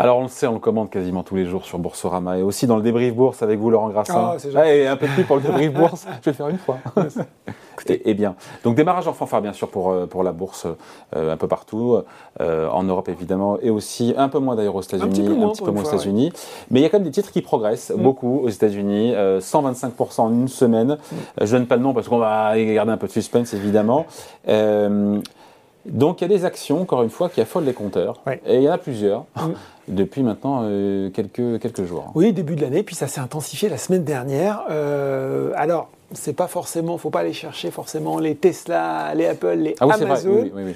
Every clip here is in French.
Alors on le sait, on le commande quasiment tous les jours sur Boursorama et aussi dans le débrief bourse avec vous Laurent Grassin. Et un peu plus pour le débrief bourse, je vais le faire une fois. Et bien. Donc démarrage en fanfare bien sûr pour la bourse un peu partout, en Europe évidemment et aussi un peu moins d'ailleurs aux États-Unis, un petit peu moins aux États-Unis. Mais il y a quand même des titres qui progressent beaucoup aux États-Unis, 125% en une semaine. Je donne pas le nom parce qu'on va garder un peu de suspense évidemment. Donc il y a des actions, encore une fois, qui affolent les compteurs. Ouais. Et il y en a plusieurs, depuis maintenant quelques jours. Oui, début de l'année, puis ça s'est intensifié la semaine dernière. Alors, c'est pas forcément, faut pas aller chercher forcément les Tesla, les Apple, les Amazon. C'est vrai. Oui.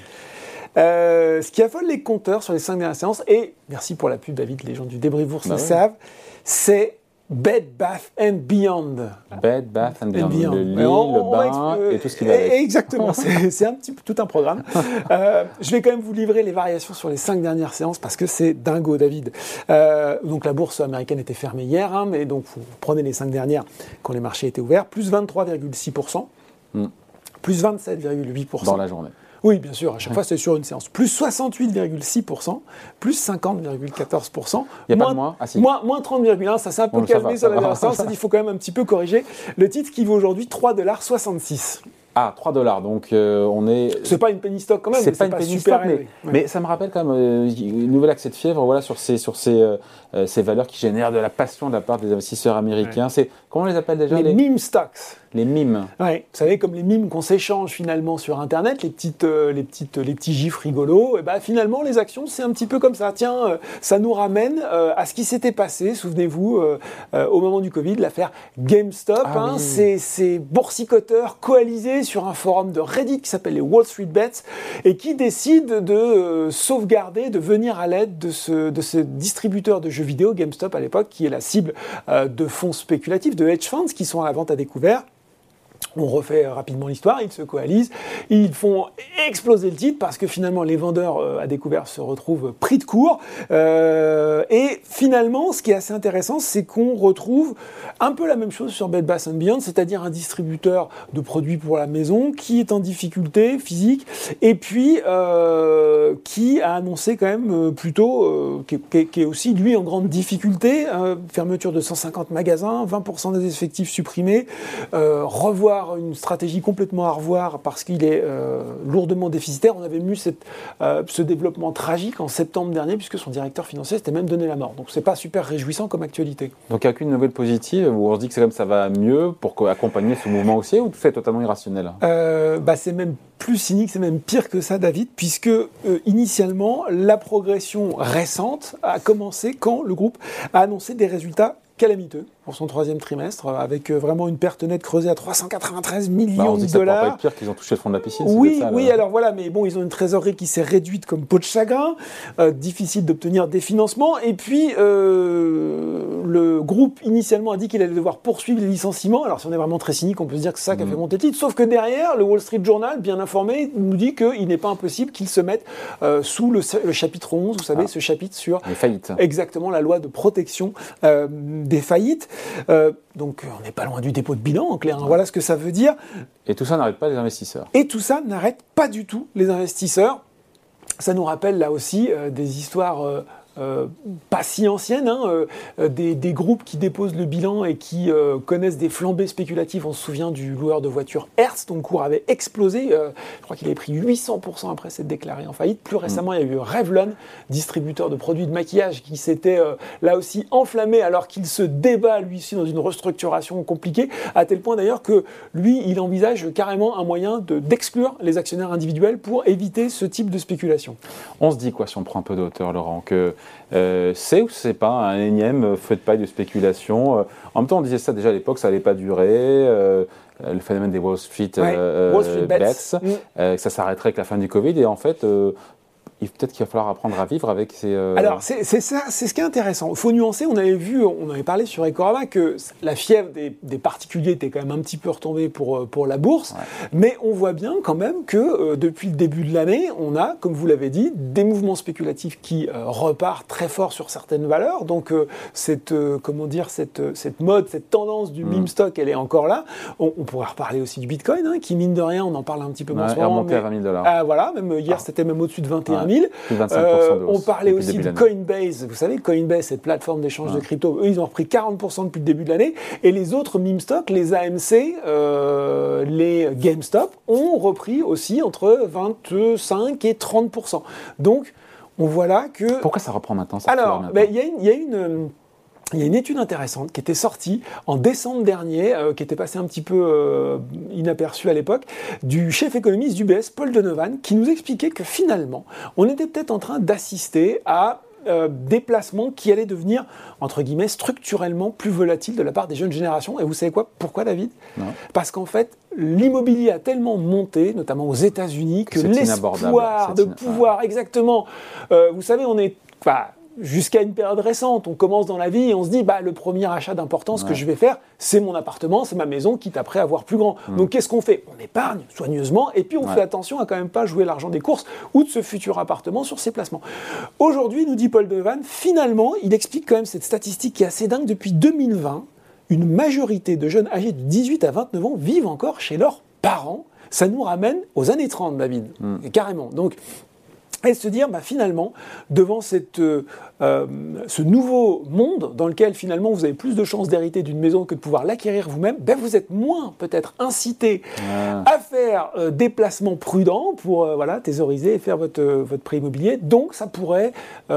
Ce qui affole les compteurs sur les 5 dernières séances, et merci pour la pub David, les gens du débrief bourse le savent, c'est Bed Bath & Beyond. Bed Bath & Beyond. Le lit, le bain et tout ce qui va avec. Exactement, c'est tout un programme. Je vais quand même vous livrer les variations sur les 5 dernières séances parce que c'est dingo, David. Donc la bourse américaine était fermée hier, mais donc vous prenez les 5 dernières quand les marchés étaient ouverts, plus 23,6%, plus 27,8%. Dans la journée. Oui, bien sûr, à chaque fois c'est sur une séance. Plus 68,6%, plus 50,14%. Il n'y a pas de moins Moins 30,1%, ça s'est un peu calmé sur la dernière séance, il faut quand même un petit peu corriger. Le titre qui vaut aujourd'hui $3,66. Ah, $3, donc on est... C'est pas une penny stock quand même, c'est pas penny stock, mais ça me rappelle quand même une nouvelle accès de fièvre voilà, sur ces valeurs qui génèrent de la passion de la part des investisseurs américains. Ouais. Comment on les appelle déjà les meme stocks. Les mimes. Oui, vous savez, comme les mimes qu'on s'échange finalement sur Internet, les petits gifs rigolos, et ben finalement, les actions, c'est un petit peu comme ça. Tiens, ça nous ramène à ce qui s'était passé, souvenez-vous, au moment du Covid, l'affaire GameStop. Ces boursicoteurs coalisés sur un forum de Reddit qui s'appelle les Wall Street Bets et qui décident de sauvegarder, de venir à l'aide de ce distributeur de jeux vidéo, GameStop à l'époque, qui est la cible de fonds spéculatifs, de hedge funds qui sont à la vente à découvert. On refait rapidement l'histoire, ils se coalisent, ils font exploser le titre parce que finalement les vendeurs à découvert se retrouvent pris de court. Et finalement, ce qui est assez intéressant, c'est qu'on retrouve un peu la même chose sur Bed Bath & Beyond, c'est-à-dire un distributeur de produits pour la maison qui est en difficulté physique et puis qui a annoncé quand même plutôt, qui est aussi lui en grande difficulté, fermeture de 150 magasins, 20% des effectifs supprimés, revoir une stratégie complètement à revoir parce qu'il est lourdement déficitaire. On avait vu ce développement tragique en septembre dernier puisque son directeur financier s'était même donné la mort. Donc c'est pas super réjouissant comme actualité. Donc il n'y a qu'une nouvelle positive où on se dit que c'est comme ça va mieux pour accompagner ce mouvement haussier ou tout ça est totalement irrationnel? C'est même plus cynique, c'est même pire que ça, David, puisque initialement la progression récente a commencé quand le groupe a annoncé des résultats calamiteux pour son 3e trimestre, avec vraiment une perte nette creusée à 393 millions de dollars. Ça pourrait pas être pire qu'ils ont touché le fond de la piscine. Oui, alors voilà, mais bon, ils ont une trésorerie qui s'est réduite comme peau de chagrin, difficile d'obtenir des financements, et puis le groupe initialement a dit qu'il allait devoir poursuivre les licenciements. Alors si on est vraiment très cynique, on peut se dire que c'est ça qui a fait monter le titre, sauf que derrière, le Wall Street Journal, bien informé, nous dit qu'il n'est pas impossible qu'ils se mettent sous le chapitre 11, vous savez, ce chapitre sur les faillites. Exactement, la loi de protection des faillites. Donc on n'est pas loin du dépôt de bilan en clair, voilà ce que ça veut dire. Et tout ça n'arrête pas les investisseurs. Et tout ça n'arrête pas du tout les investisseurs. Ça nous rappelle là aussi des histoires pas si anciennes, des groupes qui déposent le bilan et qui connaissent des flambées spéculatives. On se souvient du loueur de voitures Hertz, dont le cours avait explosé. Je crois qu'il avait pris 800% après s'être déclaré en faillite. Plus récemment, il y a eu Revlon, distributeur de produits de maquillage, qui s'était là aussi enflammé alors qu'il se débat lui aussi dans une restructuration compliquée, à tel point d'ailleurs que lui, il envisage carrément un moyen d'exclure les actionnaires individuels pour éviter ce type de spéculation. On se dit quoi si on prend un peu de hauteur, Laurent, que c'est ou c'est pas un énième feu de paille de spéculation. En même temps, on disait ça déjà à l'époque, ça n'allait pas durer. Le phénomène des Wall Street Bets, que ça s'arrêterait avec la fin du Covid. Et en fait, peut-être qu'il va falloir apprendre à vivre avec ces... Alors, c'est ça, c'est ce qui est intéressant. Il faut nuancer, on avait parlé sur Ecorama que la fièvre des particuliers était quand même un petit peu retombée pour la bourse, mais on voit bien quand même que depuis le début de l'année, on a, comme vous l'avez dit, des mouvements spéculatifs qui repartent très fort sur certaines valeurs. Donc, cette mode, cette tendance du meme stock, elle est encore là. On pourrait reparler aussi du Bitcoin, qui mine de rien, on en parle un petit peu moins souvent. Remonté à $20. Voilà, même hier, c'était même au-dessus de 21 21 000. Plus de 25% de hausse on parlait depuis le aussi début de de l'année. Coinbase. Vous savez, Coinbase, cette plateforme d'échange de crypto, eux, ils ont repris 40% depuis le début de l'année. Et les autres meme stocks, les AMC, les GameStop, ont repris aussi entre 25 et 30%. Donc, on voit là que... Pourquoi ça reprend maintenant? Alors, il y a une étude intéressante qui était sortie en décembre dernier, qui était passée un petit peu inaperçue à l'époque, du chef économiste d'UBS, Paul Donovan, qui nous expliquait que finalement, on était peut-être en train d'assister à des placements qui allaient devenir, entre guillemets, structurellement plus volatiles de la part des jeunes générations. Et vous savez quoi? Pourquoi, David? Non. Parce qu'en fait, l'immobilier a tellement monté, notamment aux États-Unis, que l'espoir de pouvoir, exactement, vous savez, on est... jusqu'à une période récente, on commence dans la vie et on se dit, le premier achat d'importance que je vais faire, c'est mon appartement, c'est ma maison, quitte après à avoir plus grand. Donc qu'est-ce qu'on fait? On épargne soigneusement et puis on fait attention à quand même pas jouer l'argent des courses ou de ce futur appartement sur ses placements. Aujourd'hui, nous dit Paul Donovan, finalement, il explique quand même cette statistique qui est assez dingue. Depuis 2020, une majorité de jeunes âgés de 18 à 29 ans vivent encore chez leurs parents. Ça nous ramène aux années 30, David, carrément. Donc, et se dire, finalement, devant ce nouveau monde dans lequel finalement vous avez plus de chances d'hériter d'une maison que de pouvoir l'acquérir vous-même, vous êtes moins peut-être incité à faire des placements prudents pour thésauriser et faire votre prêt immobilier. Donc ça pourrait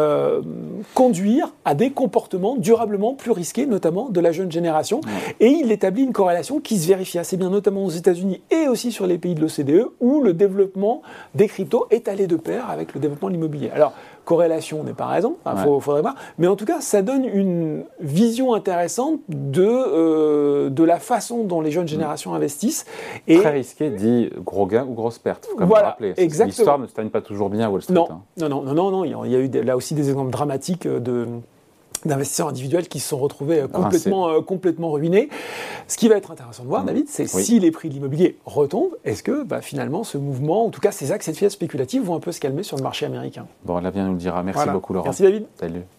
conduire à des comportements durablement plus risqués, notamment de la jeune génération. Et il établit une corrélation qui se vérifie assez bien, notamment aux États-Unis et aussi sur les pays de l'OCDE, où le développement des cryptos est allé de pair avec le développement de l'immobilier. Alors, corrélation n'est pas raison, faudrait voir, mais en tout cas, ça donne une vision intéressante de la façon dont les jeunes générations investissent. Et très risqué dit gros gain ou grosse perte, il faut quand même le rappeler. Exactement. L'histoire ne se termine pas toujours bien à Wall Street. Non, il y a eu là aussi des exemples dramatiques d'investisseurs individuels qui se sont retrouvés complètement ruinés. Ce qui va être intéressant de voir, David, c'est si les prix de l'immobilier retombent, est-ce que finalement ce mouvement, en tout cas ces axes et de fiat spéculatifs vont un peu se calmer sur le marché américain? Bon, l'avenir nous le dira. Merci beaucoup, Laurent. Merci, David. Salut.